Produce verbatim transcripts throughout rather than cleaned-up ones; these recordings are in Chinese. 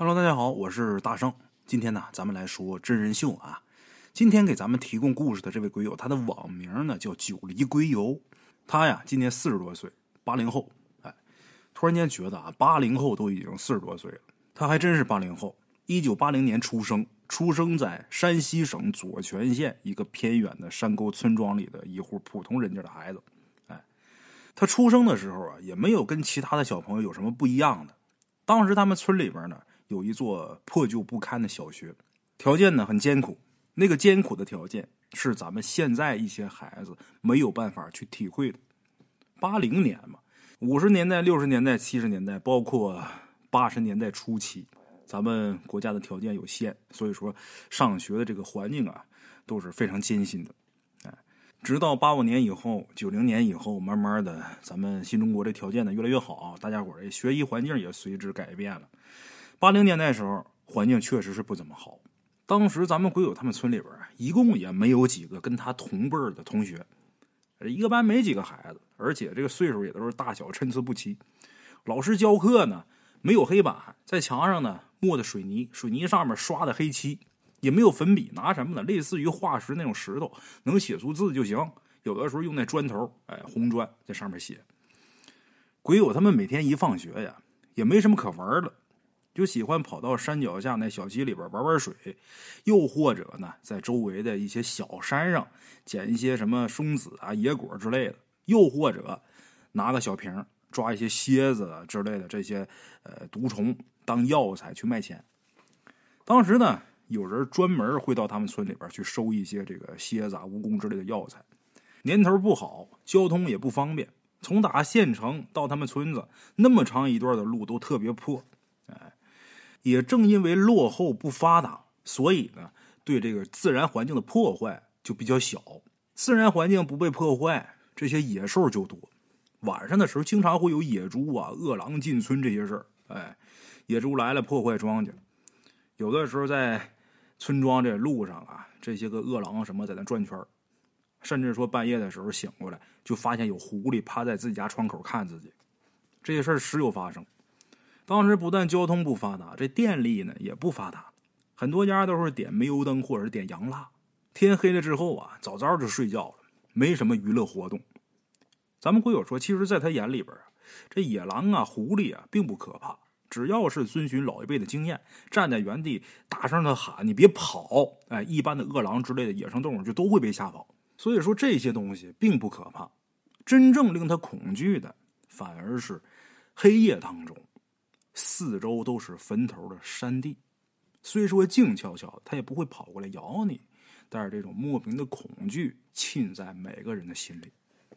Hello， 大家好，我是大圣。今天呢，咱们来说真人秀啊。今天给咱们提供故事的这位鬼友，他的网名呢叫九黎鬼友。他呀，今年四十多岁，八零后。哎，突然间觉得啊，八零后都已经四十多岁了。他还真是八零后，一九八零年出生，出生在山西省左权县一个偏远的山沟村庄里的一户普通人家的孩子。哎，他出生的时候啊，也没有跟其他的小朋友有什么不一样的。当时他们村里边呢，有一座破旧不堪的小学，条件呢很艰苦。那个艰苦的条件是咱们现在一些孩子没有办法去体会的。八零年嘛，五十年代、六十年代、七十年代，包括八十年代初期，咱们国家的条件有限，所以说上学的这个环境啊，都是非常艰辛的。哎，直到八五年以后、九零年以后，慢慢的，咱们新中国这条件呢越来越好，大家伙儿学习环境也随之改变了。八零年代时候，环境确实是不怎么好。当时咱们鬼友他们村里边一共也没有几个跟他同辈的同学，一个班没几个孩子，而且这个岁数也都是大小参差不齐。老师教课呢没有黑板，在墙上呢抹的水泥，水泥上面刷的黑漆，也没有粉笔，拿什么呢？类似于化石那种石头，能写出字就行。有的时候用那砖头，哎，红砖在上面写。鬼友他们每天一放学呀，也没什么可玩的。就喜欢跑到山脚下那小溪里边玩玩水，又或者呢，在周围的一些小山上捡一些什么松子啊、野果之类的，又或者拿个小瓶抓一些蝎子啊之类的这些呃毒虫当药材去卖钱。当时呢，有人专门会到他们村里边去收一些这个蝎子啊、蜈蚣之类的药材。年头不好，交通也不方便，从打县城到他们村子那么长一段的路都特别破。哎，也正因为落后不发达，所以呢，对这个自然环境的破坏就比较小。自然环境不被破坏，这些野兽就多。晚上的时候，经常会有野猪啊、饿狼进村这些事儿。哎，野猪来了破坏庄稼，有的时候在村庄这路上啊，这些个饿狼什么在那转圈，甚至说半夜的时候醒过来，就发现有狐狸趴在自己家窗口看自己。这些事儿时有发生。当时不但交通不发达，这电力呢也不发达，很多家都是点煤油灯或者是点洋蜡。天黑了之后啊，早早就睡觉了，没什么娱乐活动。咱们鬼友说，其实在他眼里边啊，这野狼啊、狐狸啊并不可怕，只要是遵循老一辈的经验，站在原地大声的喊你别跑，哎，一般的饿狼之类的野生动物就都会被吓跑。所以说这些东西并不可怕，真正令他恐惧的反而是黑夜当中四周都是坟头的山地，虽说静悄悄，他也不会跑过来咬你，但是这种莫名的恐惧沁在每个人的心里。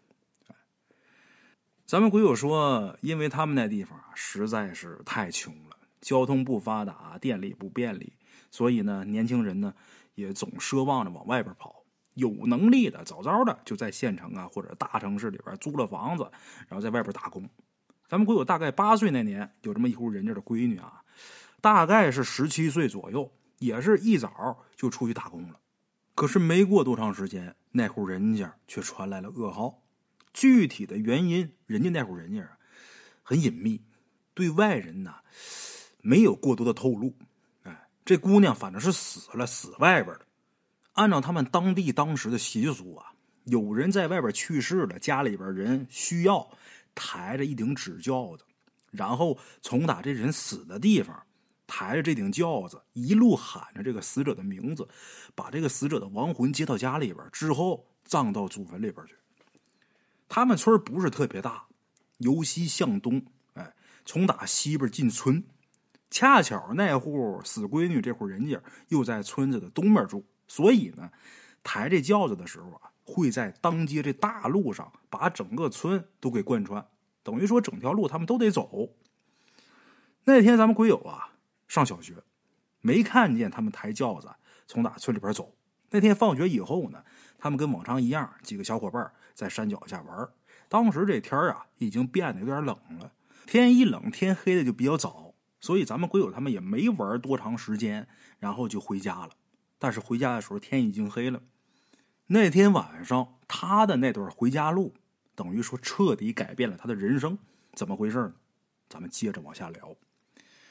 咱们鬼友说，因为他们那地方实在是太穷了，交通不发达，电力不便利，所以呢，年轻人呢也总奢望着往外边跑。有能力的早早的就在县城啊或者大城市里边租了房子，然后在外边打工。咱们鬼友大概八岁那年，有这么一户人家的闺女啊，大概是十七岁左右，也是一早就出去打工了。可是没过多长时间，那户人家却传来了噩耗。具体的原因，人家那户人家啊很隐秘，对外人呢没有过多的透露。哎，这姑娘反正是死了，死外边了。按照他们当地当时的习俗啊，有人在外边去世了，家里边人需要抬着一顶纸轿子，然后从打这人死的地方抬着这顶轿子，一路喊着这个死者的名字，把这个死者的亡魂接到家里边之后葬到祖坟里边去。他们村不是特别大，由西向东，哎，从打西边进村，恰巧那户死闺女这户人家又在村子的东边住，所以呢，抬这轿子的时候啊，会在当街这大路上把整个村都给贯穿，等于说整条路他们都得走。那天咱们鬼友啊上小学，没看见他们抬轿子从打村里边走。那天放学以后呢，他们跟往常一样，几个小伙伴在山脚下玩。当时这天啊已经变得有点冷了，天一冷天黑的就比较早，所以咱们鬼友他们也没玩多长时间，然后就回家了。但是回家的时候天已经黑了。那天晚上他的那段回家路等于说彻底改变了他的人生。怎么回事呢？咱们接着往下聊。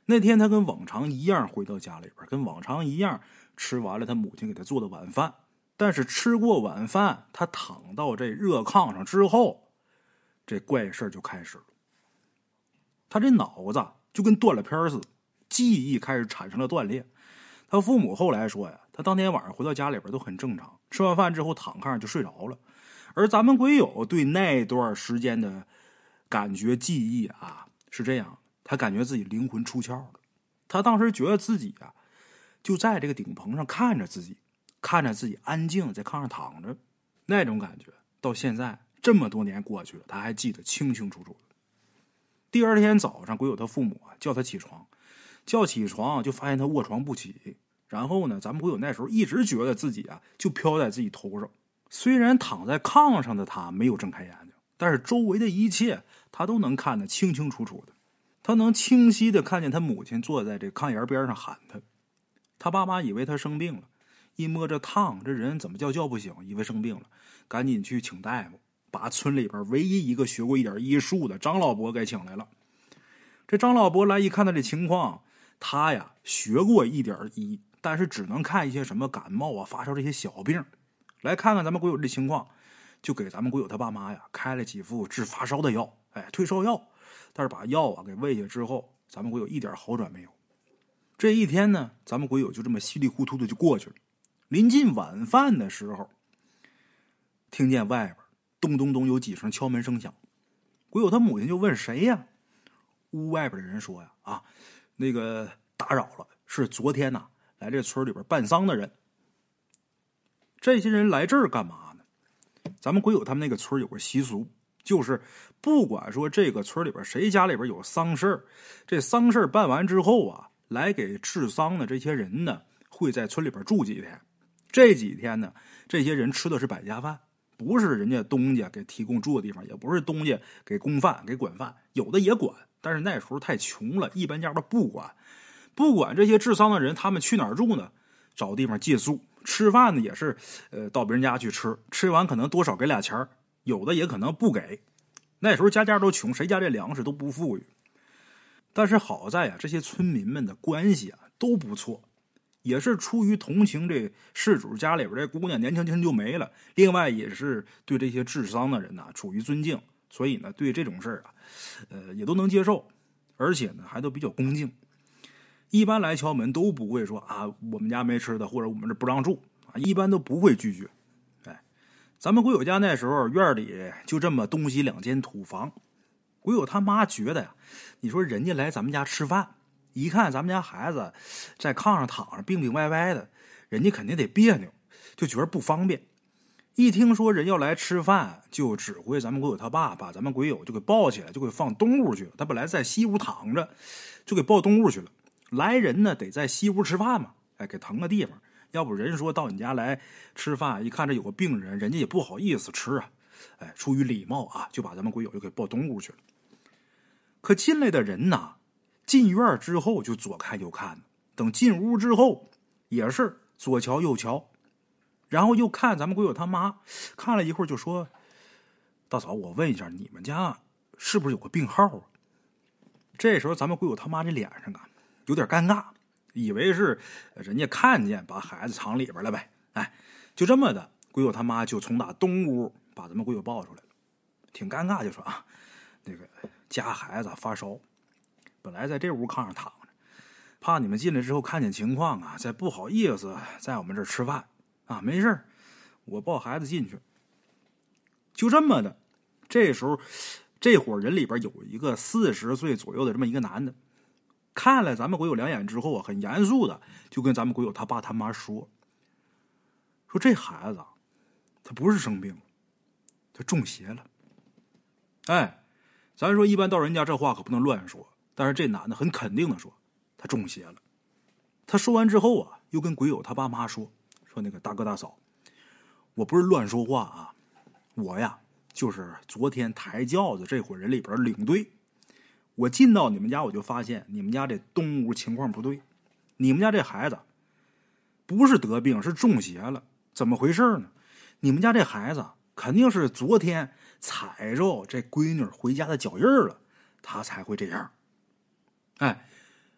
那天他跟往常一样回到家里边，跟往常一样吃完了他母亲给他做的晚饭。但是吃过晚饭，他躺到这热炕上之后，这怪事就开始了。他这脑子就跟断了片似的，记忆开始产生了断裂。他父母后来说呀，他当天晚上回到家里边都很正常，吃完饭之后躺炕上就睡着了。而咱们鬼友对那段时间的感觉记忆啊是这样，他感觉自己灵魂出窍了。他当时觉得自己啊就在这个顶棚上看着自己，看着自己安静在炕上躺着，那种感觉到现在这么多年过去了，他还记得清清楚楚的。第二天早上，鬼友他父母啊叫他起床，叫起床就发现他卧床不起。然后呢，咱们鬼友那时候一直觉得自己啊就飘在自己头上。虽然躺在炕上的他没有睁开眼睛，但是周围的一切他都能看得清清楚楚的。他能清晰的看见他母亲坐在这炕沿边上喊他。他爸妈以为他生病了，一摸这烫，这人怎么叫叫不醒，以为生病了，赶紧去请大夫，把村里边唯一一个学过一点医术的张老伯给请来了。这张老伯来一看他这情况，他呀学过一点医，但是只能看一些什么感冒啊、发烧这些小病。来看看咱们鬼友这情况，就给咱们鬼友他爸妈呀开了几副治发烧的药，哎，退烧药。但是把药啊给喂下之后，咱们鬼友一点好转没有。这一天呢，咱们鬼友就这么稀里糊涂的就过去了。临近晚饭的时候，听见外边咚咚咚有几声敲门声响。鬼友他母亲就问谁呀？屋外边的人说呀，啊，那个打扰了，是昨天呐、啊、来这村里边办丧的人。这些人来这儿干嘛呢？咱们鬼友他们那个村有个习俗，就是不管说这个村里边谁家里边有丧事，这丧事办完之后啊，来给治丧的这些人呢，会在村里边住几天。这几天呢，这些人吃的是百家饭，不是人家东家给提供住的地方，也不是东家给供饭给管饭，有的也管，但是那时候太穷了，一般家都不管。不管这些治丧的人他们去哪儿住呢？找地方借宿。吃饭呢也是呃到别人家去吃，吃完可能多少给俩钱，有的也可能不给。那时候家家都穷，谁家这粮食都不富裕。但是好在啊，这些村民们的关系啊都不错，也是出于同情这事主家里边这姑娘年轻轻就没了，另外也是对这些治丧的人呐、啊、处于尊敬，所以呢对这种事啊呃也都能接受，而且呢还都比较恭敬。一般来敲门都不会说啊我们家没吃的，或者我们这不让住啊，一般都不会拒绝。哎，咱们鬼友家那时候院里就这么东西两间土房，鬼友他妈觉得呀，你说人家来咱们家吃饭，一看咱们家孩子在炕上躺着病病歪歪的，人家肯定得别扭，就觉得不方便。一听说人要来吃饭，就指挥咱们鬼友他爸把咱们鬼友就给抱起来，就给放东屋去了。他本来在西屋躺着，就给抱东屋去了。来人呢得在西屋吃饭嘛，哎，给腾个地方，要不人说到你家来吃饭，一看这有个病人，人家也不好意思吃啊，哎，出于礼貌啊，就把咱们鬼友就给抱东屋去了。可进来的人呐，进院之后就左看右看，等进屋之后也是左瞧右瞧，然后又看咱们鬼友他妈，看了一会儿就说：“大嫂，我问一下，你们家是不是有个病号啊？”这时候咱们鬼友他妈这脸上啊有点尴尬，以为是人家看见把孩子藏里边了呗。哎，就这么的，鬼友他妈就从打东屋把咱们鬼友抱出来了，挺尴尬，就说啊，那个家孩子发烧，本来在这屋炕上躺着，怕你们进来之后看见情况啊，再不好意思在我们这儿吃饭啊，没事我抱孩子进去。就这么的，这时候这伙人里边有一个四十岁左右的这么一个男的，看了咱们鬼友两眼之后啊，很严肃的就跟咱们鬼友他爸他妈说：“说这孩子他不是生病了，他中邪了。”哎，咱说一般到人家这话可不能乱说，但是这男的很肯定的说他中邪了。他说完之后啊，又跟鬼友他爸妈说：“说那个大哥大嫂，我不是乱说话啊，我呀就是昨天抬轿子这伙人里边领队。我进到你们家，我就发现你们家这东屋情况不对，你们家这孩子不是得病，是中邪了。怎么回事呢？你们家这孩子肯定是昨天踩着这闺女回家的脚印了，他才会这样。”哎，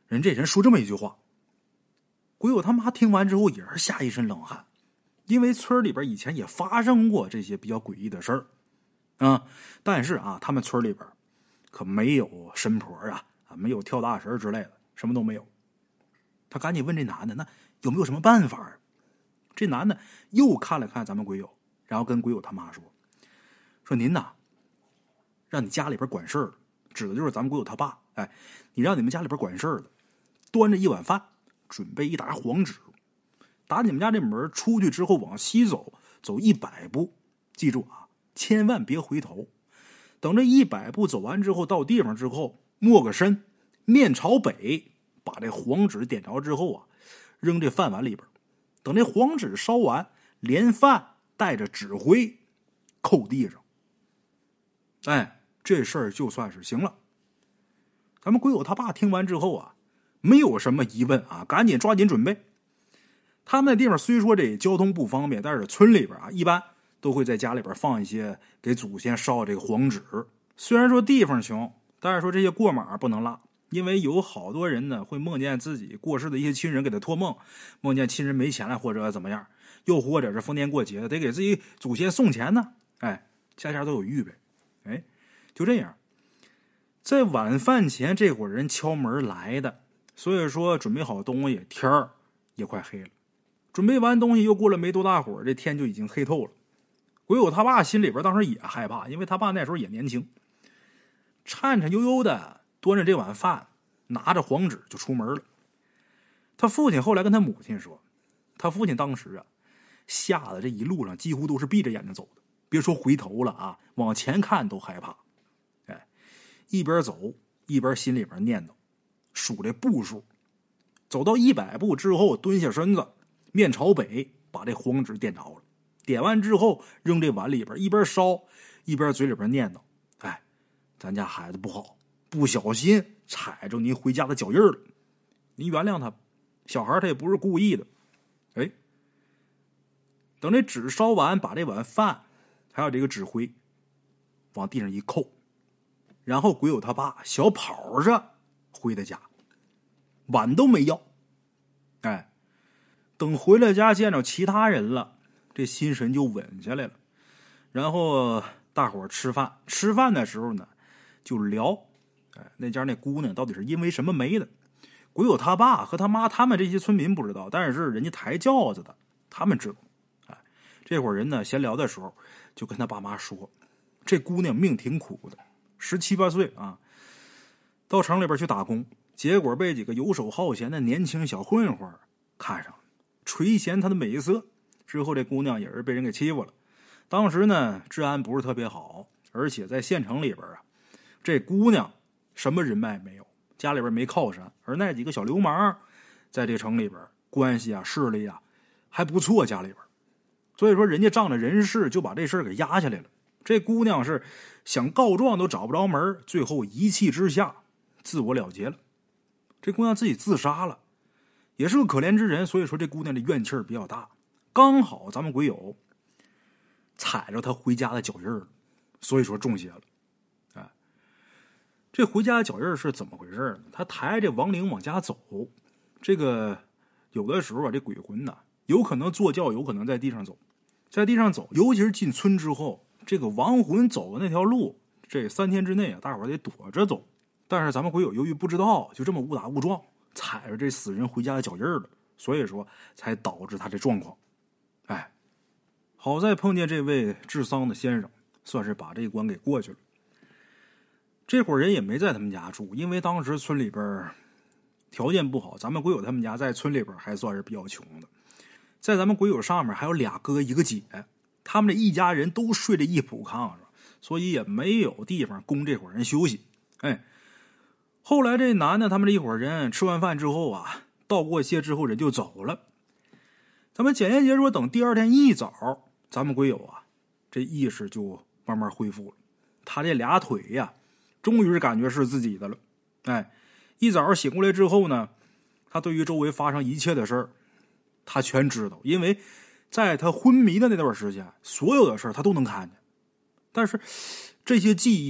人这人说这么一句话，鬼友他妈听完之后也是吓一身冷汗，因为村里边以前也发生过这些比较诡异的事儿啊，但是啊，他们村里边可没有神婆啊，啊，没有跳大神之类的，什么都没有。他赶紧问这男的，那有没有什么办法？这男的又看了看咱们鬼友，然后跟鬼友他妈说：“说您呐，让你家里边管事儿的，指的就是咱们鬼友他爸。哎，你让你们家里边管事儿的，端着一碗饭，准备一沓黄纸，打你们家这门出去之后往西走，走一百步，记住啊，千万别回头。等这一百步走完之后，到地方之后，没个身，面朝北，把这黄纸点着之后啊，扔这饭碗里边。等这黄纸烧完，连饭带着纸灰扣地上。哎，这事儿就算是行了。咱们鬼友他爸听完之后啊，没有什么疑问啊，赶紧抓紧准备。他们那地方虽说这交通不方便，但是村里边啊，一般都会在家里边放一些给祖先烧这个黄纸。虽然说地方穷，但是说这些过马不能落，因为有好多人呢会梦见自己过世的一些亲人给他托梦，梦见亲人没钱了或者怎么样，又或者是逢年过节的得给自己祖先送钱呢。哎，家家都有预备。哎，就这样，在晚饭前这伙人敲门来的，所以说准备好东西，天儿也快黑了。准备完东西又过了没多大会儿，这天就已经黑透了。鬼友他爸心里边当时也害怕，因为他爸那时候也年轻，颤颤悠悠的端着这碗饭，拿着黄纸就出门了。他父亲后来跟他母亲说，他父亲当时啊，吓得这一路上几乎都是闭着眼睛走的，别说回头了啊，往前看都害怕。哎，一边走一边心里边念叨，数这步数。走到一百步之后，蹲下身子，面朝北，把这黄纸点着了。点完之后，扔这碗里边，一边烧一边嘴里边念叨：“哎，咱家孩子不好，不小心踩着您回家的脚印了，您原谅他，小孩他也不是故意的。”哎，等这纸烧完，把这碗饭还有这个纸灰往地上一扣，然后鬼友他爸小跑着回的家，碗都没要。哎，等回了家见着其他人了，这心神就稳下来了。然后大伙儿吃饭，吃饭的时候呢就聊，哎，那家那姑娘到底是因为什么没的。鬼友他爸和他妈他们这些村民不知道，但是人家抬轿子的他们知道。哎，这伙人呢闲聊的时候就跟他爸妈说，这姑娘命挺苦的，十七八岁啊，到城里边去打工，结果被几个游手好闲的年轻小混混看上了，垂涎她的美色。之后这姑娘也是被人给欺负了。当时呢治安不是特别好，而且在县城里边啊，这姑娘什么人脉没有，家里边没靠山，而那几个小流氓在这城里边关系啊势力啊还不错，家里边，所以说人家仗着人势就把这事儿给压下来了。这姑娘是想告状都找不着门，最后一气之下自我了结了。这姑娘自己自杀了，也是个可怜之人，所以说这姑娘的怨气儿比较大。刚好咱们鬼友踩着她回家的脚印了，所以说中邪了。哎，这回家的脚印是怎么回事呢？他抬着亡灵往家走，这个有的时候啊，这鬼魂呢有可能坐轿，有可能在地上走，在地上走，尤其是进村之后，这个亡魂走的那条路，这三天之内啊，大伙儿得躲着走。但是咱们鬼友由于不知道，就这么误打误撞踩着这死人回家的脚印了，所以说才导致他这状况。哎，好在碰见这位治丧的先生，算是把这一关给过去了。这伙人也没在他们家住，因为当时村里边条件不好，咱们鬼友他们家在村里边还算是比较穷的。在咱们鬼友上面还有俩哥一个姐，他们这一家人都睡在一铺炕上，所以也没有地方供这伙人休息。哎，后来这男的他们这一伙人吃完饭之后啊，道过谢之后人就走了。咱们简言结说，等第二天一早，咱们鬼友啊，这意识就慢慢恢复了。他这俩腿呀，终于是感觉是自己的了。哎，一早醒过来之后呢，他对于周围发生一切的事儿，他全知道，因为在他昏迷的那段时间，所有的事儿他都能看见。但是这些记忆啊，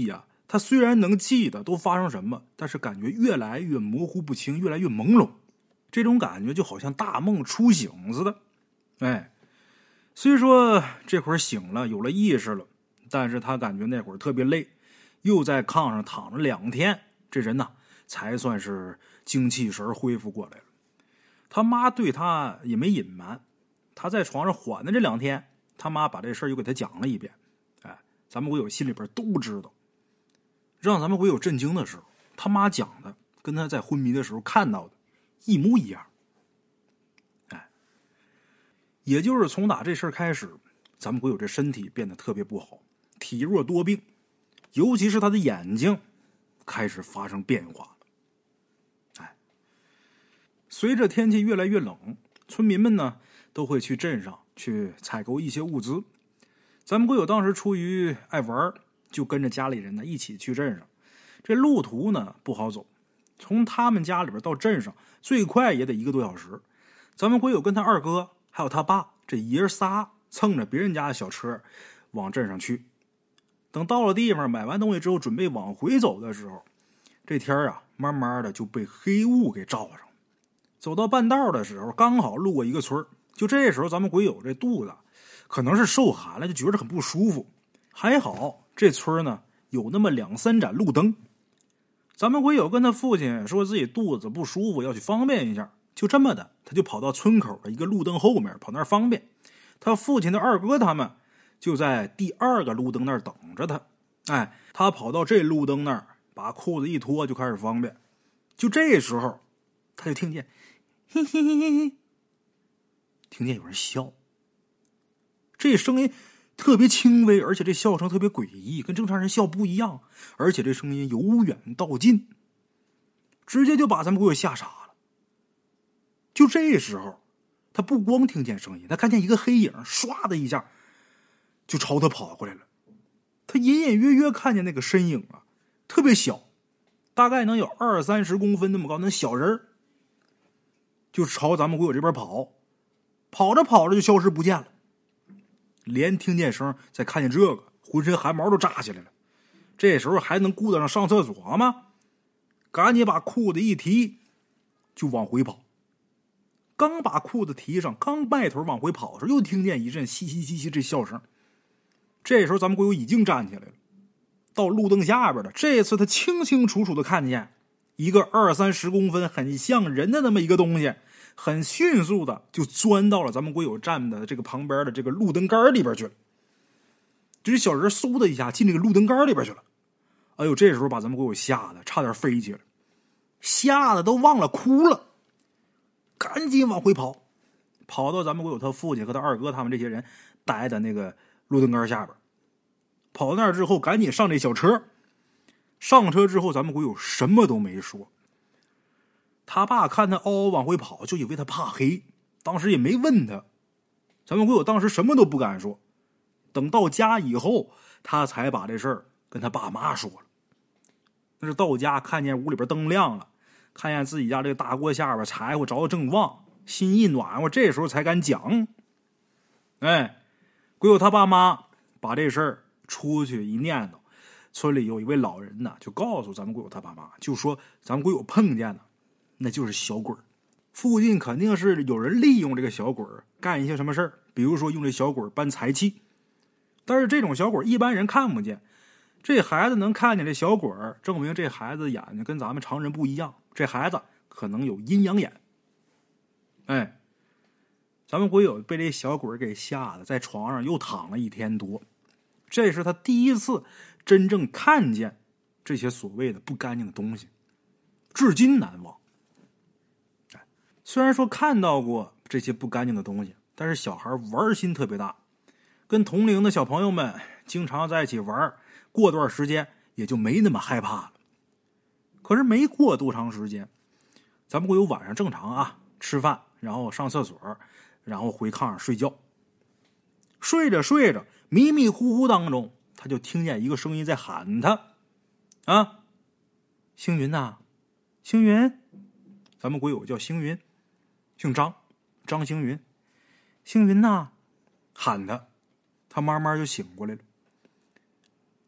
他虽然能记得都发生什么，但是感觉越来越模糊不清，越来越朦胧。这种感觉就好像大梦初醒似的。哎，虽说这会儿醒了，有了意识了，但是他感觉那会儿特别累，又在炕上躺了两天，这人呢才算是精气神恢复过来了。他妈对他也没隐瞒，他在床上缓的这两天，他妈把这事儿又给他讲了一遍。哎，咱们鬼友心里边都知道。让咱们鬼友震惊的时候，他妈讲的跟他在昏迷的时候看到的一模一样。哎，也就是从打这事儿开始，咱们鬼友这身体变得特别不好，体弱多病，尤其是他的眼睛开始发生变化了。哎，随着天气越来越冷，村民们呢都会去镇上去采购一些物资。咱们鬼友当时出于爱玩，就跟着家里人呢一起去镇上。这路途呢不好走，从他们家里边到镇上最快也得一个多小时。咱们鬼友跟他二哥还有他爸这爷仨蹭着别人家的小车往镇上去。等到了地方买完东西之后，准备往回走的时候，这天啊慢慢的就被黑雾给罩上。走到半道的时候，刚好路过一个村，就这时候咱们鬼友这肚子可能是受寒了，就觉得很不舒服。还好这村呢有那么两三盏路灯，咱们鬼友跟他父亲说自己肚子不舒服要去方便一下，就这么的他就跑到村口的一个路灯后面跑那儿方便。他父亲的二哥他们就在第二个路灯那儿等着他。哎，他跑到这路灯那儿把裤子一脱就开始方便。就这时候他就听见嘿嘿嘿嘿嘿，听见有人笑。这声音特别轻微，而且这笑声特别诡异，跟正常人笑不一样，而且这声音由远到近，直接就把咱们鬼友吓傻了。就这时候他不光听见声音，他看见一个黑影唰的一下就朝他跑过来了。他隐隐约约看见那个身影啊，特别小，大概能有二三十公分那么高，那小人就朝咱们鬼友这边跑，跑着跑着就消失不见了。连听见声再看见这个，浑身汗毛都炸起来了。这时候还能顾得上上厕所吗？赶紧把裤子一提就往回跑。刚把裤子提上，刚迈腿往回跑的时候，又听见一阵嘻嘻嘻嘻这笑声。这时候咱们鬼友已经站起来了，到路灯下边了。这次他清清楚楚的看见一个二三十公分很像人的那么一个东西，很迅速的就钻到了咱们鬼友站的这个旁边的这个路灯杆里边去了。这小人嗖的一下进这个路灯杆里边去了。哎呦，这时候把咱们鬼友吓得差点飞起来，吓得都忘了哭了，赶紧往回跑，跑到咱们鬼友他父亲和他二哥他们这些人待的那个路灯杆下边。跑到那儿之后赶紧上这小车。上车之后咱们鬼友什么都没说。他爸看他嗷嗷往回跑，就以为他怕黑，当时也没问他。咱们鬼友当时什么都不敢说。等到家以后，他才把这事儿跟他爸妈说了。那是到家看见屋里边灯亮了，看见自己家这个大锅下边柴火着得正旺，心一暖和，这时候才敢讲。哎，鬼友他爸妈把这事儿出去一念叨，村里有一位老人呢，就告诉咱们鬼友他爸妈，就说咱们鬼友碰见的那就是小鬼，附近肯定是有人利用这个小鬼干一些什么事儿，比如说用这小鬼搬财气。但是这种小鬼一般人看不见，这孩子能看见这小鬼，证明这孩子眼睛跟咱们常人不一样，这孩子可能有阴阳眼。哎，咱们鬼友被这小鬼给吓得在床上又躺了一天多，这是他第一次真正看见这些所谓的不干净的东西，至今难忘。虽然说看到过这些不干净的东西，但是小孩玩心特别大，跟同龄的小朋友们经常在一起玩，过段时间也就没那么害怕了。可是没过多长时间，咱们会有晚上正常啊吃饭，然后上厕所，然后回炕上睡觉。睡着睡着，迷迷糊糊当中，他就听见一个声音在喊他啊，星云呐，星云。咱们鬼友叫星云，姓张，张星云。星云呐，喊他，他慢慢就醒过来了。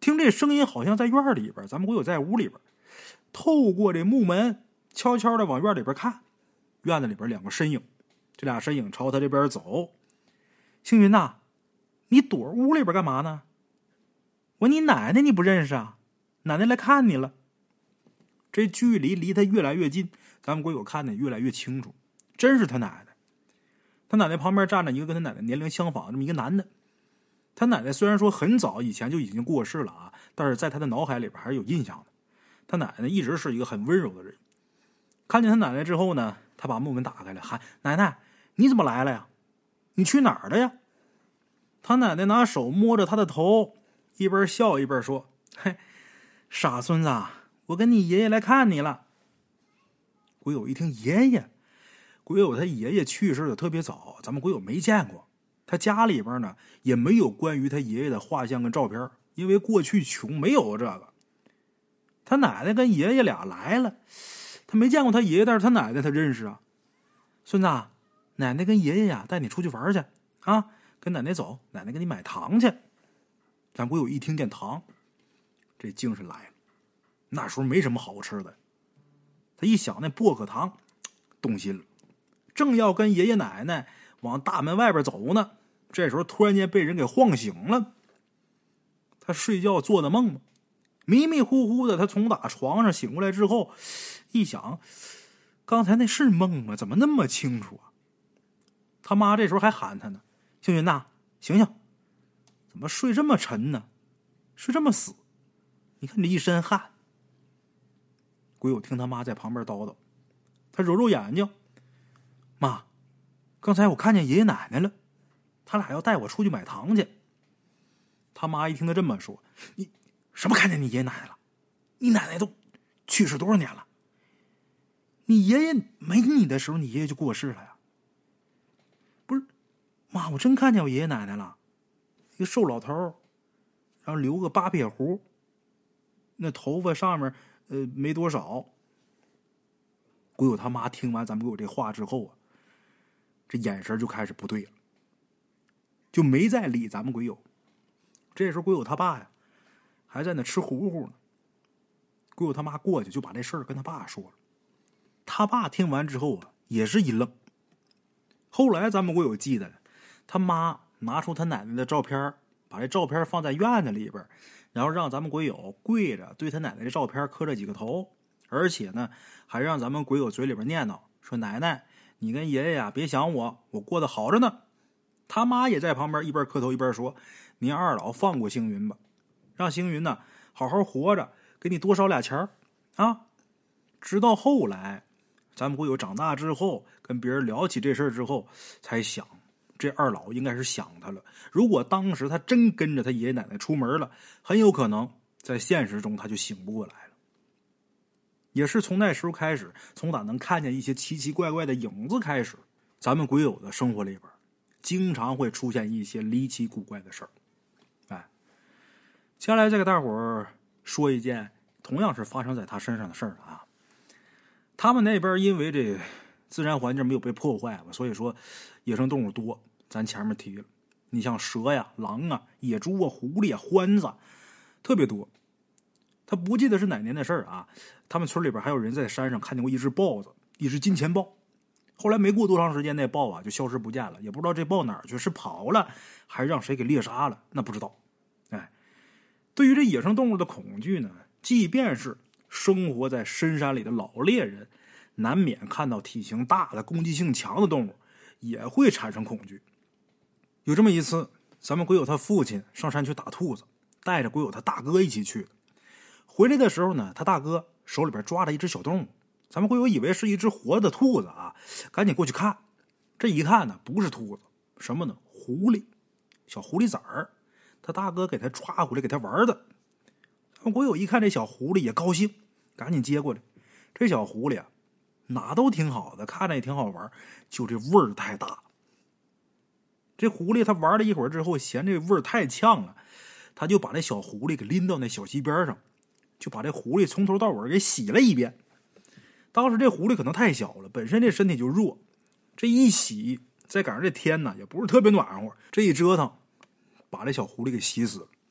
听这声音好像在院里边，咱们鬼友在屋里边，透过这木门悄悄的往院里边看，院子里边两个身影，这俩身影朝他这边走。星云呐，你躲屋里边干嘛呢？我你奶奶你不认识啊？奶奶来看你了。这距离离他越来越近，咱们鬼友看得越来越清楚，真是他奶奶。他奶奶旁边站着一个跟他奶奶年龄相仿这么一个男的。他奶奶虽然说很早以前就已经过世了啊，但是在他的脑海里边还是有印象的。他奶奶一直是一个很温柔的人。看见他奶奶之后呢，他把木门打开了，喊：“奶奶，你怎么来了呀？你去哪儿了呀？”他奶奶拿手摸着他的头，一边笑一边说：“嘿，傻孙子，我跟你爷爷来看你了。”鬼友一听爷爷，鬼友他爷爷去世的特别早，咱们鬼友没见过。他家里边呢也没有关于他爷爷的画像跟照片，因为过去穷没有这个。他奶奶跟爷爷俩来了，他没见过他爷爷，但是他奶奶他认识啊。孙子，奶奶跟爷爷呀带你出去玩去啊，跟奶奶走，奶奶给你买糖去。咱鬼友一听见糖，这精神来了。那时候没什么好吃的，他一想那薄荷糖，动心了，正要跟爷爷奶奶往大门外边走呢，这时候突然间被人给晃醒了。他睡觉做的梦嘛，迷迷糊糊的，他从打床上醒过来之后，一想，刚才那是梦吗？怎么那么清楚啊？他妈这时候还喊他呢：“星云呐，醒醒！怎么睡这么沉呢？睡这么死？你看你一身汗。”鬼友听他妈在旁边叨叨，他揉揉眼睛：“妈，刚才我看见爷爷奶奶了，他俩要带我出去买糖去。”他妈一听他这么说：“你什么看见你爷爷奶奶了？你奶奶都去世多少年了？你爷爷没你的时候，你爷爷就过世了呀？”“不是，妈，我真看见我爷爷奶奶了，一个瘦老头，然后留个八撇胡，那头发上面呃没多少。”鬼友他妈听完咱们鬼友这话之后啊，这眼神就开始不对了，就没再理咱们鬼友。这时候鬼友他爸呀还在那吃糊糊呢。鬼友他妈过去就把这事儿跟他爸说了。他爸听完之后啊也是一愣。后来咱们鬼友记得，他妈拿出他奶奶的照片，把这照片放在院子里边，然后让咱们鬼友跪着对他奶奶的照片磕着几个头，而且呢还让咱们鬼友嘴里边念叨说：“奶奶，你跟爷爷呀别想我，我过得好着呢。”他妈也在旁边一边磕头一边说：“您二老放过星云吧，让星云呢好好活着，给你多烧俩钱儿啊。”直到后来咱们鬼友长大之后跟别人聊起这事儿之后，才想这二老应该是想他了。如果当时他真跟着他爷爷奶奶出门了，很有可能在现实中他就醒不过来了。也是从那时候开始，从打能看见一些奇奇怪怪的影子开始，咱们鬼友的生活里边经常会出现一些离奇古怪的事儿。哎，接下来再给大伙儿说一件同样是发生在他身上的事儿啊。他们那边因为这自然环境没有被破坏嘛，所以说野生动物多，咱前面提了，你像蛇呀、狼啊、野猪啊、狐狸啊、獾子特别多。他不记得是哪年的事儿啊，他们村里边还有人在山上看见过一只豹子，一只金钱豹。后来没过多长时间，那豹啊就消失不见了，也不知道这豹哪儿去，是跑了还是让谁给猎杀了，那不知道。哎，对于这野生动物的恐惧呢，即便是生活在深山里的老猎人，难免看到体型大的、攻击性强的动物，也会产生恐惧。有这么一次，咱们鬼友他父亲上山去打兔子，带着鬼友他大哥一起去的。回来的时候呢，他大哥手里边抓了一只小动物，咱们鬼友以为是一只活的兔子啊，赶紧过去看。这一看呢，不是兔子，什么呢？狐狸，小狐狸崽儿。他大哥给他抓回来给他玩的。咱们鬼友一看这小狐狸也高兴，赶紧接过来。这小狐狸啊，哪都挺好的，看着也挺好玩，就这味儿太大。这狐狸他玩了一会儿之后，嫌这味儿太呛了，他就把这小狐狸给拎到那小溪边上，就把这狐狸从头到尾给洗了一遍。当时这狐狸可能太小了，本身这身体就弱，这一洗，再赶上这天呢也不是特别暖和，这一折腾把这小狐狸给洗死了。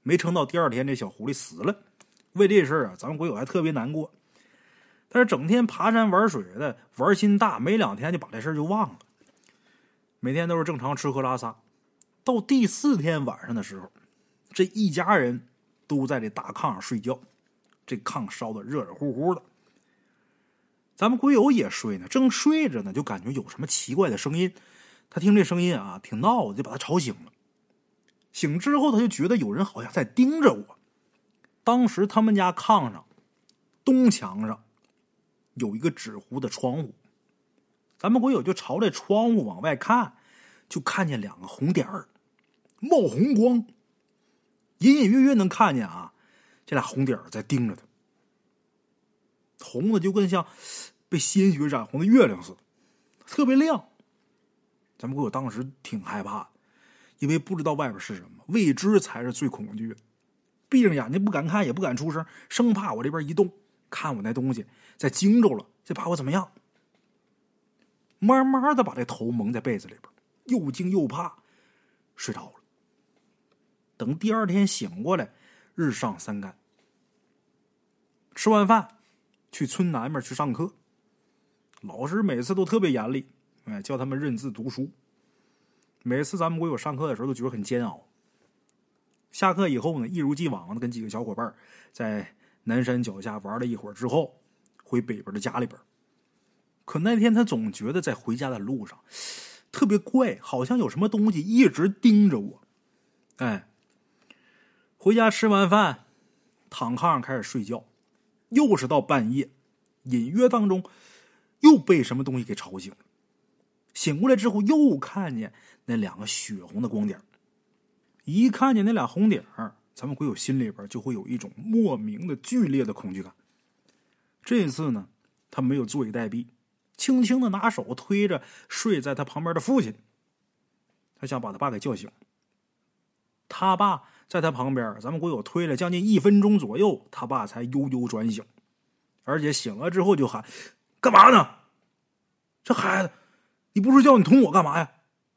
没撑到第二天这小狐狸死了。为这事儿啊，咱们鬼友还特别难过。但是整天爬山玩水的，玩心大，没两天就把这事儿就忘了。每天都是正常吃喝拉撒。到第四天晚上的时候，这一家人都在这大炕上睡觉，这炕烧得热热乎乎的。咱们鬼友也睡呢，正睡着呢，就感觉有什么奇怪的声音。他听这声音啊，挺闹的，就把他吵醒了。醒之后，他就觉得有人好像在盯着我。当时他们家炕上东墙上有一个纸糊的窗户，咱们鬼友就朝这窗户往外看，就看见两个红点儿冒红光，隐隐约约能看见啊，这俩红点儿在盯着他，红的就跟像被鲜血染红的月亮似的，特别亮。咱们鬼友当时挺害怕的，因为不知道外边是什么，未知才是最恐惧的。闭上眼睛不敢看，也不敢出声，生怕我这边一动，看我那东西再惊着了，再把我怎么样。慢慢的把这头蒙在被子里边，又惊又怕，睡着了。等第二天醒过来，日上三竿。吃完饭去村南面去上课，老师每次都特别严厉，哎，叫他们认字读书。每次咱们鬼友上课的时候都觉得很煎熬。下课以后呢，一如既往的跟几个小伙伴在南山脚下玩了一会儿之后，回北边的家里边。可那天他总觉得在回家的路上特别怪，好像有什么东西一直盯着我。哎，回家吃完饭，躺炕上开始睡觉，又是到半夜，隐约当中又被什么东西给吵醒了。醒过来之后，又看见那两个血红的光点。一看见那俩红点儿，咱们鬼友心里边就会有一种莫名的剧烈的恐惧感。这次呢，他没有坐以待毙，轻轻的拿手推着睡在他旁边的父亲，他想把他爸给叫醒。他爸在他旁边，咱们鬼友推了将近一分钟左右，他爸才悠悠转醒，而且醒了之后就喊：“干嘛呢？这孩子，你不睡觉，你捅我干嘛呀？”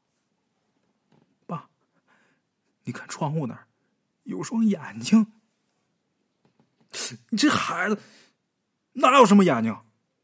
爸，你看窗户那儿有双眼睛。你这孩子哪有什么眼睛？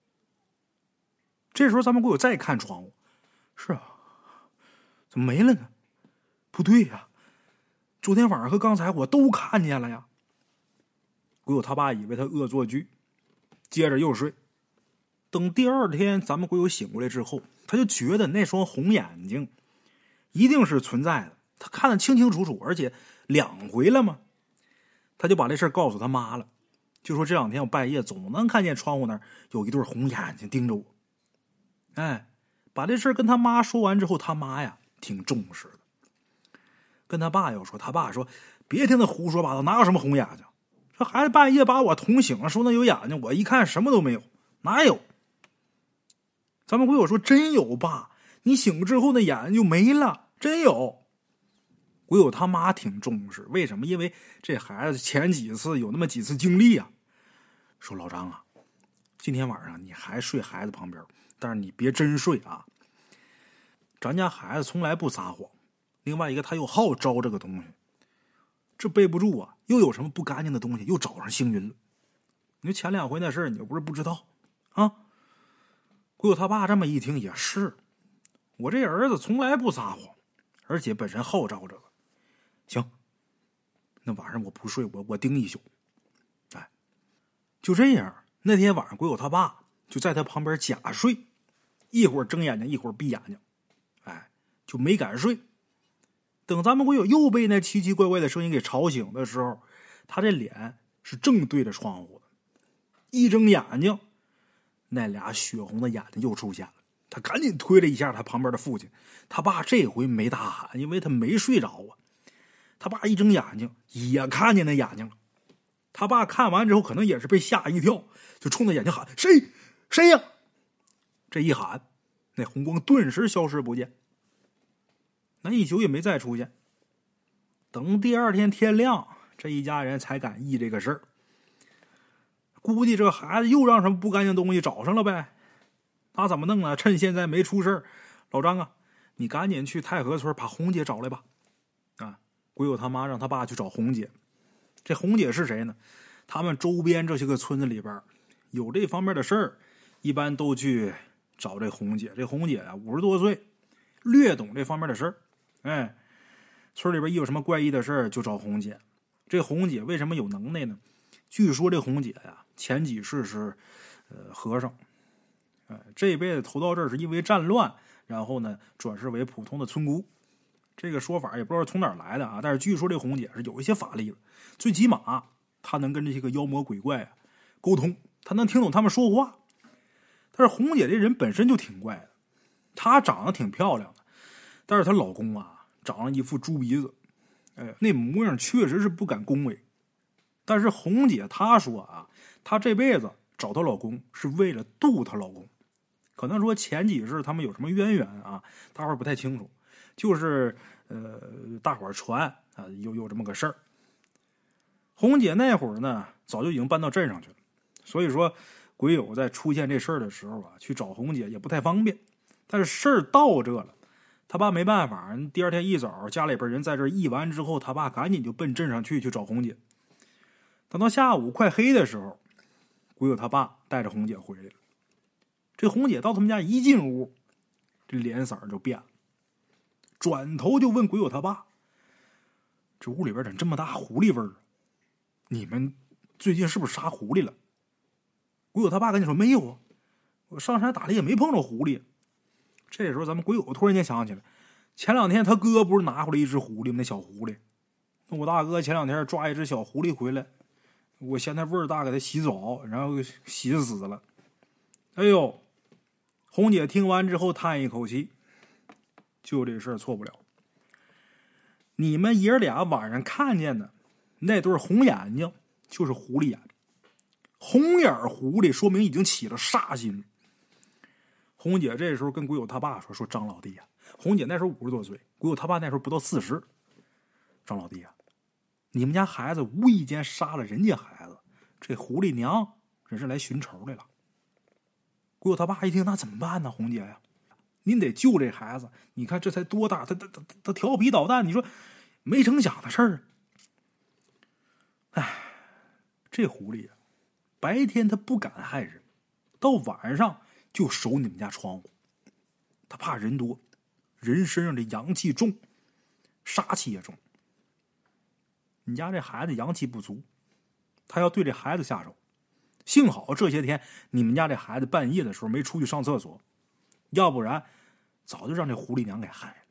这时候咱们鬼友再看窗户，是啊，怎么没了呢？不对呀，昨天晚上和刚才我都看见了呀。鬼友他爸以为他恶作剧，接着又睡。等第二天咱们鬼友醒过来之后，他就觉得那双红眼睛一定是存在的，他看得清清楚楚，而且两回了嘛。他就把这事告诉他妈了，就说这两天我半夜总能看见窗户那儿有一对红眼睛盯着我。哎，把这事跟他妈说完之后，他妈呀挺重视的，跟他爸又说，他爸说别听他胡说八道，哪有什么红眼睛？这孩子半夜把我捅醒了，说那有眼睛，我一看什么都没有，哪有？咱们鬼友说真有爸，你醒之后那眼睛就没了，真有。鬼友他妈挺重视，为什么？因为这孩子前几次有那么几次经历啊。说老张啊，今天晚上你还睡孩子旁边，但是你别真睡啊。咱家孩子从来不撒谎，另外一个他又好招这个东西，这背不住啊，又有什么不干净的东西又找上星云了。你说前两回那事儿你又不是不知道啊。鬼友他爸这么一听也是，我这儿子从来不撒谎，而且本身好招这个。行，那晚上我不睡，我我盯一宿。哎，就这样，那天晚上鬼友他爸就在他旁边假睡，一会儿睁眼睛一会儿闭眼睛，哎，就没敢睡。等咱们鬼友又被那奇奇怪怪的声音给吵醒的时候，他这脸是正对着窗户的，一睁眼睛，那俩血红的眼睛又出现了。他赶紧推了一下他旁边的父亲，他爸这回没大喊，因为他没睡着啊。他爸一睁眼睛也看见那眼睛了，他爸看完之后可能也是被吓一跳，就冲着眼睛喊：“谁？谁呀？”这一喊，那红光顿时消失不见，那一宿也没再出现。等第二天天亮，这一家人才敢议这个事儿。估计这孩子又让什么不干净东西找上了呗。那怎么弄呢？趁现在没出事儿，老张啊，你赶紧去太和村把红姐找来吧。啊，鬼友他妈让他爸去找红姐， 这红姐是谁呢？他们周边这些个村子里边有这方面的事儿，一般都去找这红姐。这红姐啊，五十多岁，略懂这方面的事儿。哎，村里边一有什么怪异的事儿，就找红姐。这红姐为什么有能耐呢？据说这红姐呀，前几世是呃和尚，哎，这辈子投到这儿是因为战乱，然后呢转世为普通的村姑。这个说法也不知道从哪儿来的啊，但是据说这红姐是有一些法力的，最起码她能跟这些个妖魔鬼怪啊沟通，她能听懂他们说话。但是红姐这人本身就挺怪的，她长得挺漂亮的，但是她老公啊长了一副猪鼻子，哎，那模样确实是不敢恭维。但是红姐她说啊，她这辈子找她老公是为了渡她老公，可能说前几世他们有什么渊源啊，大伙儿不太清楚。就是呃，大伙儿传啊，有有这么个事儿。红姐那会儿呢，早就已经搬到镇上去了，所以说鬼友在出现这事儿的时候啊，去找红姐也不太方便。但是事儿到这了，他爸没办法，第二天一早家里边人在这议完之后，他爸赶紧就奔镇上去去找红姐。等到下午快黑的时候，鬼友他爸带着红姐回来了。这红姐到他们家一进屋，这脸色就变了。转头就问鬼友他爸：“这屋里边怎么这么大狐狸味儿？你们最近是不是杀狐狸了？”鬼友他爸跟你说：“没有啊，我上山打猎也没碰着狐狸。”这时候咱们鬼友突然间想起来，前两天他哥不是拿回来一只狐狸吗？那小狐狸，那我大哥前两天抓一只小狐狸回来，我嫌它味儿大，给它洗澡，然后洗死了。哎呦！红姐听完之后叹一口气。就这事儿错不了。你们爷俩晚上看见的那对红眼睛，就是狐狸眼。红眼狐狸说明已经起了煞心。红姐这时候跟鬼友他爸说：“说张老弟啊，红姐那时候五十多岁，鬼友他爸那时候不到四十。张老弟啊，你们家孩子无意间杀了人家孩子，这狐狸娘人是来寻仇来了。”鬼友他爸一听，那怎么办呢？红姐呀，您得救这孩子，你看这才多大，他他他他调皮捣蛋，你说没成想的事儿。哎，这狐狸啊，白天他不敢害人，到晚上就守你们家窗户。他怕人多，人身上的阳气重，杀气也重。你家这孩子阳气不足，他要对这孩子下手。幸好这些天你们家这孩子半夜的时候没出去上厕所，要不然早就让这狐狸娘给害了。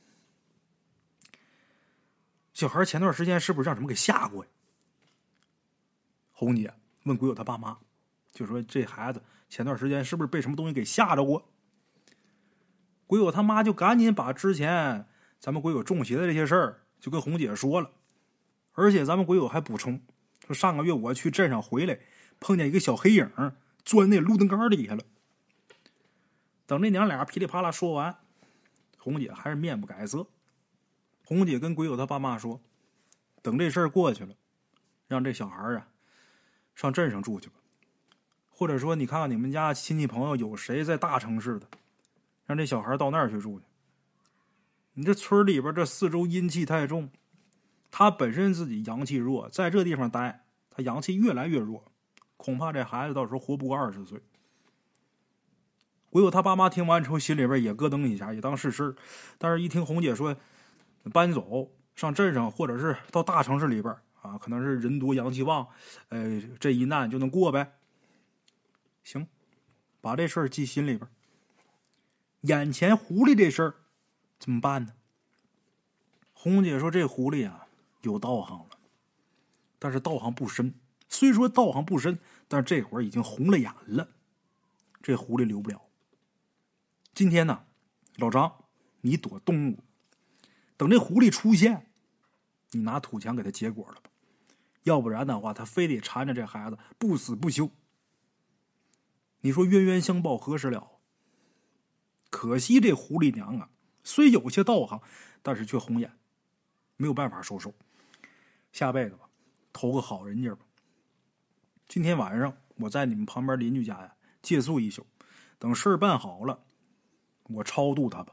小孩前段时间是不是让什么给吓过呀？红姐问鬼友他爸妈，就说这孩子前段时间是不是被什么东西给吓着过？鬼友他妈就赶紧把之前咱们鬼友中邪的这些事儿就跟红姐说了，而且咱们鬼友还补充说，上个月我去镇上回来，碰见一个小黑影钻那路灯杆底下了。等这娘俩噼里啪啦说完，红姐还是面不改色。红姐跟鬼友他爸妈说，等这事儿过去了，让这小孩啊上镇上住去吧，或者说你看看你们家亲戚朋友有谁在大城市的，让这小孩到那儿去住去。你这村里边这四周阴气太重，他本身自己阳气弱，在这地方待，他阳气越来越弱，恐怕这孩子到时候活不过二十岁。鬼友他爸妈听完之后，心里边也咯噔一下，也当是事。但是一听红姐说搬走上镇上，或者是到大城市里边啊，可能是人多阳气旺，呃，这一难就能过呗。行，把这事儿记心里边。眼前狐狸这事儿怎么办呢？红姐说这狐狸啊有道行了，但是道行不深。虽说道行不深，但是这会儿已经红了眼了，这狐狸留不了。今天呢，老张，你躲东屋，等这狐狸出现，你拿土墙给他结果了吧，要不然的话，他非得缠着这孩子不死不休。你说冤冤相报何时了？可惜这狐狸娘啊，虽有些道行，但是却红眼，没有办法收手。下辈子吧，投个好人家吧。今天晚上我在你们旁边邻居家呀借宿一宿，等事儿办好了，我超度他吧。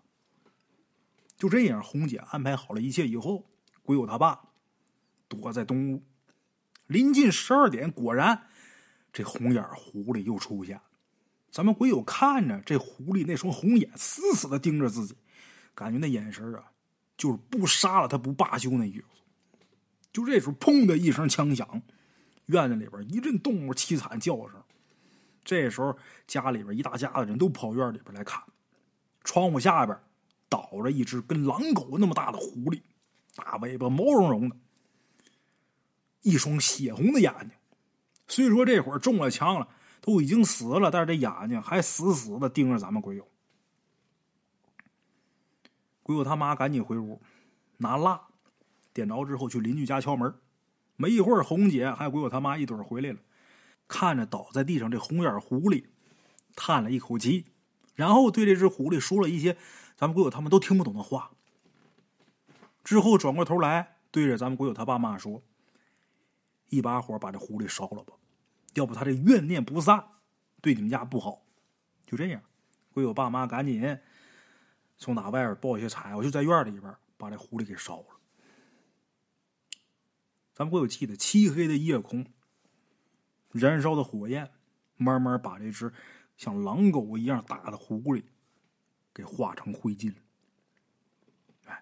就这样，红姐安排好了一切以后，鬼友他爸躲在东屋。 临近十二点，果然这红眼狐狸又出现了。咱们鬼友看着这狐狸那双红眼死死的盯着自己，感觉那眼神啊，就是不杀了他不罢休那意思。就这时候，砰的一声枪响，院子里边一阵动物凄惨叫声。这时候，家里边一大家子人都跑院里边来看，窗户下边倒着一只跟狼狗那么大的狐狸，大尾巴毛茸茸的，一双血红的眼睛。虽说这会儿中了枪了，都已经死了，但是这眼睛还死死的盯着咱们鬼友。鬼友他妈赶紧回屋拿蜡点着之后去邻居家敲门。没一会儿，红姐还有鬼友他妈一对儿回来了，看着倒在地上这红眼狐狸，叹了一口气，然后对这只狐狸说了一些咱们鬼友他们都听不懂的话。之后转过头来对着咱们鬼友他爸妈说：“一把火把这狐狸烧了吧，要不他这怨念不散，对你们家不好。”就这样，鬼友爸妈赶紧从哪外边抱一些柴火，就在院里边把这狐狸给烧了。咱们鬼友记得漆黑的夜空，燃烧的火焰慢慢把这只像狼狗一样大的狐狸给化成灰烬了。哎，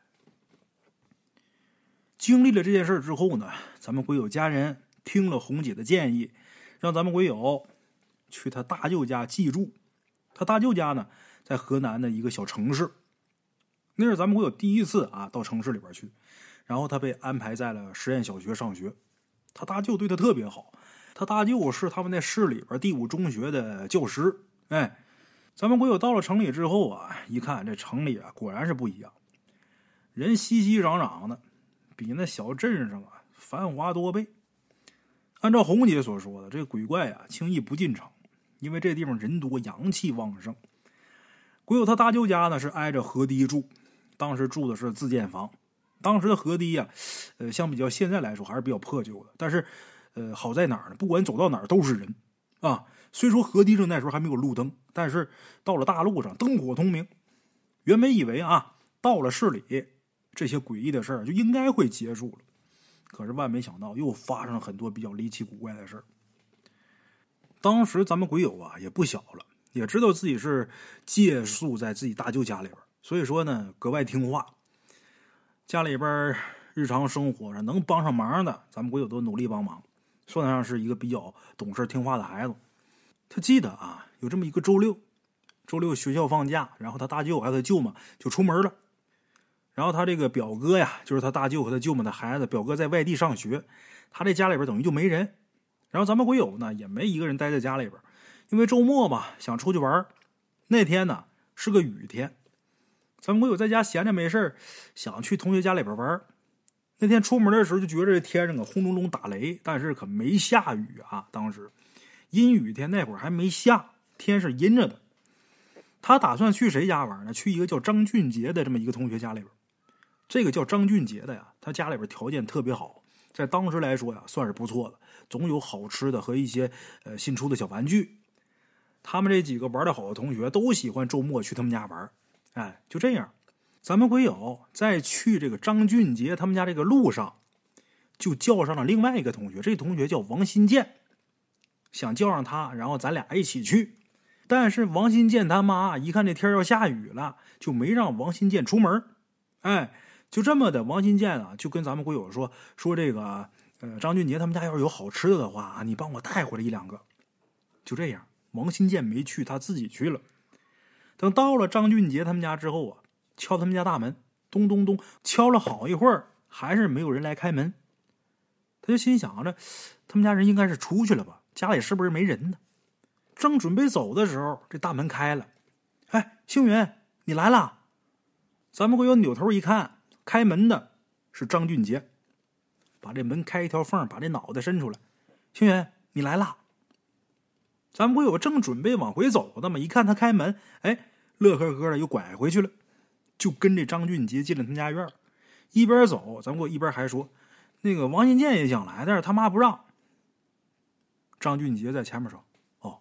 经历了这件事之后呢，咱们鬼友家人听了红姐的建议，让咱们鬼友去他大舅家寄住。他大舅家呢在河南的一个小城市，那是咱们鬼友第一次啊到城市里边去，然后他被安排在了实验小学上学。他大舅对他特别好，他大舅是他们那市里边第五中学的教师。哎，咱们鬼友到了城里之后啊，一看这城里啊果然是不一样，人熙熙攘攘的，比那小镇上啊繁华多倍。按照红姐所说的，这个鬼怪啊轻易不进城，因为这地方人多，阳气旺盛。鬼友他大舅家呢是挨着河堤住，当时住的是自建房。当时的河堤啊，呃，相比较现在来说还是比较破旧的，但是，呃，好在哪儿呢？不管走到哪儿都是人啊。虽说河堤上那时候还没有路灯，但是到了大路上灯火通明。原本以为啊，到了市里这些诡异的事儿就应该会结束了，可是万没想到又发生了很多比较离奇古怪的事儿。当时咱们鬼友啊也不小了，也知道自己是借宿在自己大舅家里边，所以说呢格外听话。家里边日常生活上能帮上忙的，咱们鬼友都努力帮忙，算得上是一个比较懂事听话的孩子。他记得啊，有这么一个周六，周六学校放假，然后他大舅还有他舅妈就出门了。然后他这个表哥呀，就是他大舅和他舅妈的孩子，表哥在外地上学，他这家里边等于就没人。然后咱们鬼友呢也没一个人待在家里边，因为周末嘛想出去玩。那天呢是个雨天，咱们鬼友在家闲着没事想去同学家里边玩。那天出门的时候就觉得这天上啊轰隆隆打雷，但是可没下雨啊。当时阴雨天，那会儿还没下，天是阴着的。他打算去谁家玩呢？去一个叫张俊杰的这么一个同学家里边。这个叫张俊杰的呀，他家里边条件特别好，在当时来说呀算是不错的，总有好吃的和一些呃新出的小玩具。他们这几个玩的好的同学都喜欢周末去他们家玩。哎，就这样，咱们鬼友在去这个张俊杰他们家这个路上，就叫上了另外一个同学，这同学叫王新建，想叫上他，然后咱俩一起去。但是王新建他妈一看这天要下雨了，就没让王新建出门。哎，就这么的，王新建啊就跟咱们鬼友说说这个呃张俊杰他们家要是有好吃的的话，你帮我带回来一两个。就这样，王新建没去，他自己去了。等到了张俊杰他们家之后啊，敲他们家大门，咚咚咚，敲了好一会儿，还是没有人来开门。他就心想着，他们家人应该是出去了吧，家里是不是没人呢？正准备走的时候，这大门开了。哎，星云，你来啦！咱们鬼友扭头一看，开门的是张俊杰，把这门开一条缝，把这脑袋伸出来。星云，你来啦！咱们鬼友正准备往回走的嘛，一看他开门，哎，乐呵呵的又拐回去了，就跟这张俊杰进了他们家院。一边走，咱们鬼友一边还说，那个王新建也想来，但是他妈不让。张俊杰在前面说，哦，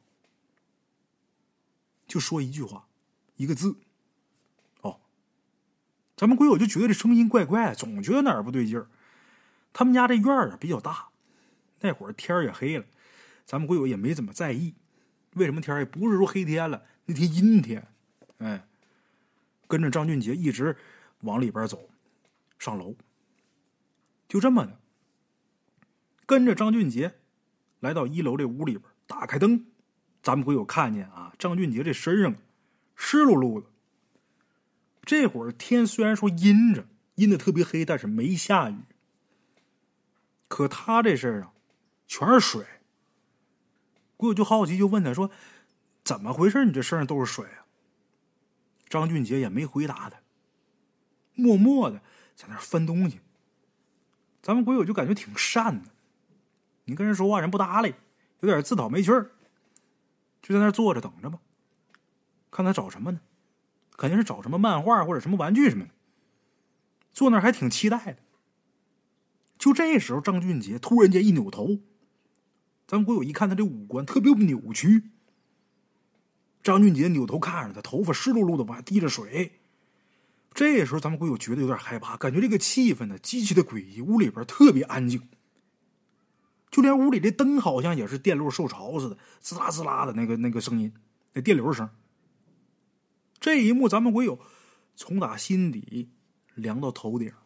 就说一句话，一个字，哦。咱们鬼友就觉得这声音怪怪，总觉得哪儿不对劲儿。他们家这院儿啊比较大， 那会儿天也黑了，咱们鬼友也没怎么在意。为什么天黑？不是说黑天了，那天阴天。哎，跟着张俊杰一直往里边走，上楼。就这么的，跟着张俊杰来到一楼这屋里边，打开灯，咱们鬼友看见啊，张俊杰这身上湿漉漉的。这会儿天虽然说阴着，阴的特别黑，但是没下雨。可他这身上全是水。鬼友就好奇，就问他说：“怎么回事？你这身上都是水啊？”张俊杰也没回答他，默默的在那翻东西。咱们鬼友就感觉挺善的，你跟人说话人不搭理，有点自讨没趣儿，就在那坐着等着吧。看他找什么呢？肯定是找什么漫画或者什么玩具什么的。坐那儿还挺期待的。就这时候，张俊杰突然间一扭头，咱们鬼友一看他这五官特别扭曲。张俊杰扭头看着他，头发湿漉漉的，往下滴着水。这时候咱们鬼友觉得有点害怕，感觉这个气氛呢极其的诡异，屋里边特别安静，就连屋里这灯好像也是电路受潮似的，滋啦滋啦的那个那个声音，那电流声。这一幕咱们鬼友从打心底凉到头顶，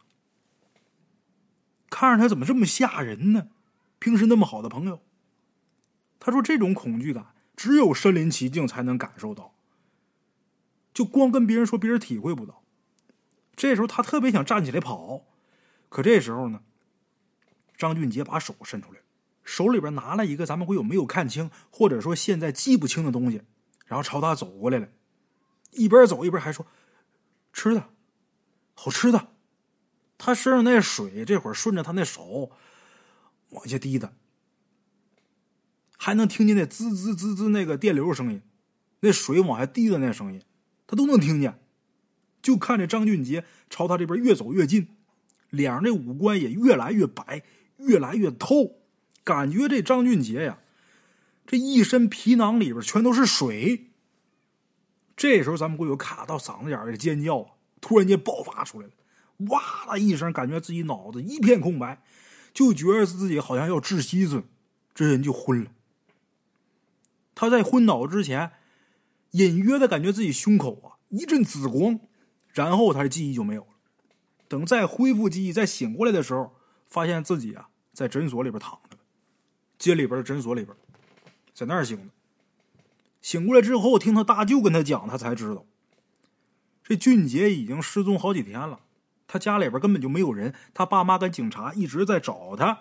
看着他怎么这么吓人呢？平时那么好的朋友。他说这种恐惧感只有身临其境才能感受到，就光跟别人说别人体会不到。这时候他特别想站起来跑，可这时候呢，张俊杰把手伸出来，手里边拿了一个咱们鬼友没有看清或者说现在记不清的东西，然后朝他走过来了，一边走一边还说：“吃的，好吃的。”他身上那水这会儿顺着他那手往下滴的，还能听见那滋滋滋滋那个电流声音，那水往下滴的那声音他都能听见。就看着张俊杰朝他这边越走越近，脸上这五官也越来越白，越来越透，感觉这张俊杰呀，这一身皮囊里边全都是水。这时候咱们鬼友卡到嗓子眼儿的尖叫啊，突然间爆发出来了，哇的一声，感觉自己脑子一片空白，就觉得自己好像要窒息似的，这人就昏了。他在昏倒之前，隐约的感觉自己胸口啊一阵紫光，然后他的记忆就没有了。等再恢复记忆，再醒过来的时候，发现自己啊在诊所里边躺着，街里边的诊所里边，在那儿醒的。醒过来之后，听他大舅跟他讲，他才知道，这俊杰已经失踪好几天了，他家里边根本就没有人，他爸妈跟警察一直在找他。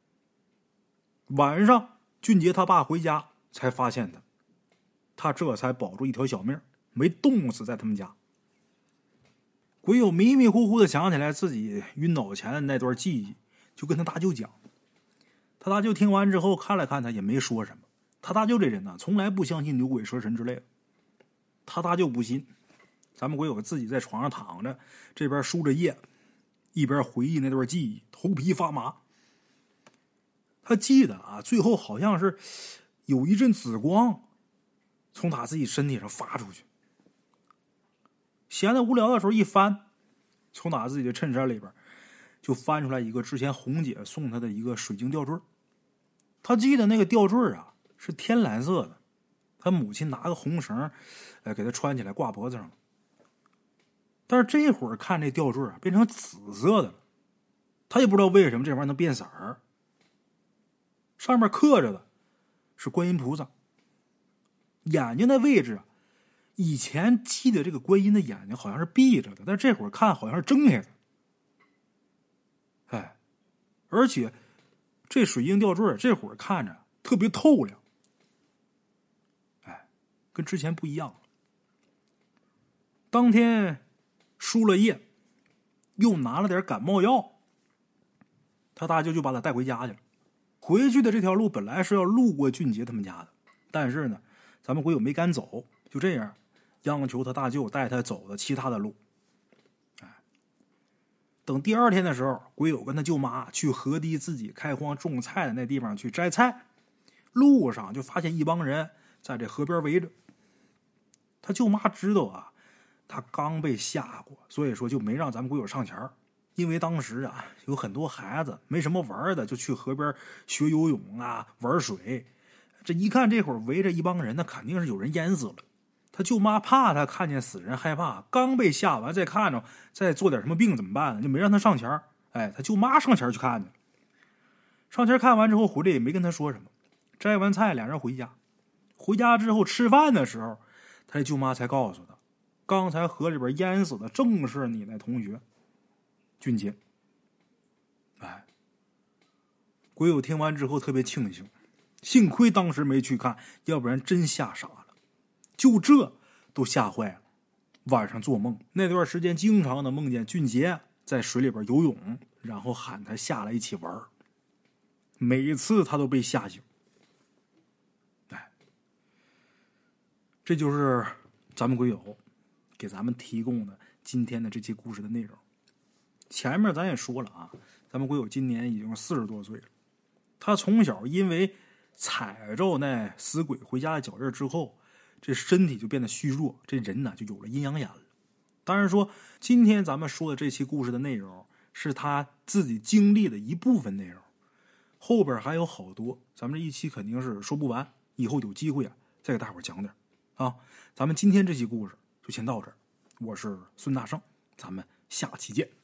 晚上，俊杰他爸回家才发现他，他这才保住一条小命，没冻死在他们家。鬼友迷迷糊糊的想起来自己晕倒前的那段记忆，就跟他大舅讲。他大舅听完之后看了看他，也没说什么。他大舅这人呢，从来不相信牛鬼蛇神之类的。他大舅不信，咱们鬼友自己在床上躺着，这边输着液，一边回忆那段记忆，头皮发麻。他记得啊，最后好像是有一阵紫光从他自己身体上发出去。闲得无聊的时候一翻，从他自己的衬衫里边就翻出来一个之前红姐送他的一个水晶吊坠。他记得那个吊坠啊是天蓝色的，他母亲拿个红绳呃给他穿起来挂脖子上。但是这会儿看这吊坠啊变成紫色的了，他也不知道为什么这玩意儿能变色儿。上面刻着的是观音菩萨，眼睛的位置啊，以前记得这个观音的眼睛好像是闭着的，但这会儿看好像是睁开的。哎，而且这水晶吊坠这会儿看着特别透亮，哎，跟之前不一样了。当天输了液，又拿了点感冒药，他大舅就把他带回家去了。回去的这条路本来是要路过俊杰他们家的，但是呢，咱们鬼友没敢走，就这样央求他大舅带他走的其他的路。哎，等第二天的时候，鬼友跟他舅妈去河堤自己开荒种菜的那地方去摘菜，路上就发现一帮人在这河边围着。他舅妈知道啊，他刚被吓过，所以说就没让咱们鬼友上前儿， 因为当时啊有很多孩子没什么玩的，就去河边学游泳啊玩水。这一看这会儿围着一帮人，那肯定是有人淹死了。他舅妈怕他看见死人害怕，刚被吓完再看着再做点什么病怎么办呢？就没让他上前。哎，他舅妈上前去看去，上前看完之后回来也没跟他说什么，摘完菜俩人回家。回家之后吃饭的时候，他的舅妈才告诉他，刚才河里边淹死的正是你那同学俊杰。哎，鬼友听完之后特别庆幸，幸亏当时没去看，要不然真吓傻了。就这都吓坏了。晚上做梦那段时间，经常的梦见俊杰在水里边游泳，然后喊他下来一起玩，每次他都被吓醒。哎，这就是咱们鬼友给咱们提供的今天的这期故事的内容。前面咱也说了啊，咱们鬼友今年已经四十多岁了。他从小因为踩着那死鬼回家的脚印之后，这身体就变得虚弱，这人呢就有了阴阳眼了。当然说，今天咱们说的这期故事的内容是他自己经历的一部分内容，后边还有好多，咱们这一期肯定是说不完，以后有机会啊再给大伙儿讲点啊。咱们今天这期故事就先到这儿，我是孙大圣，咱们下期见。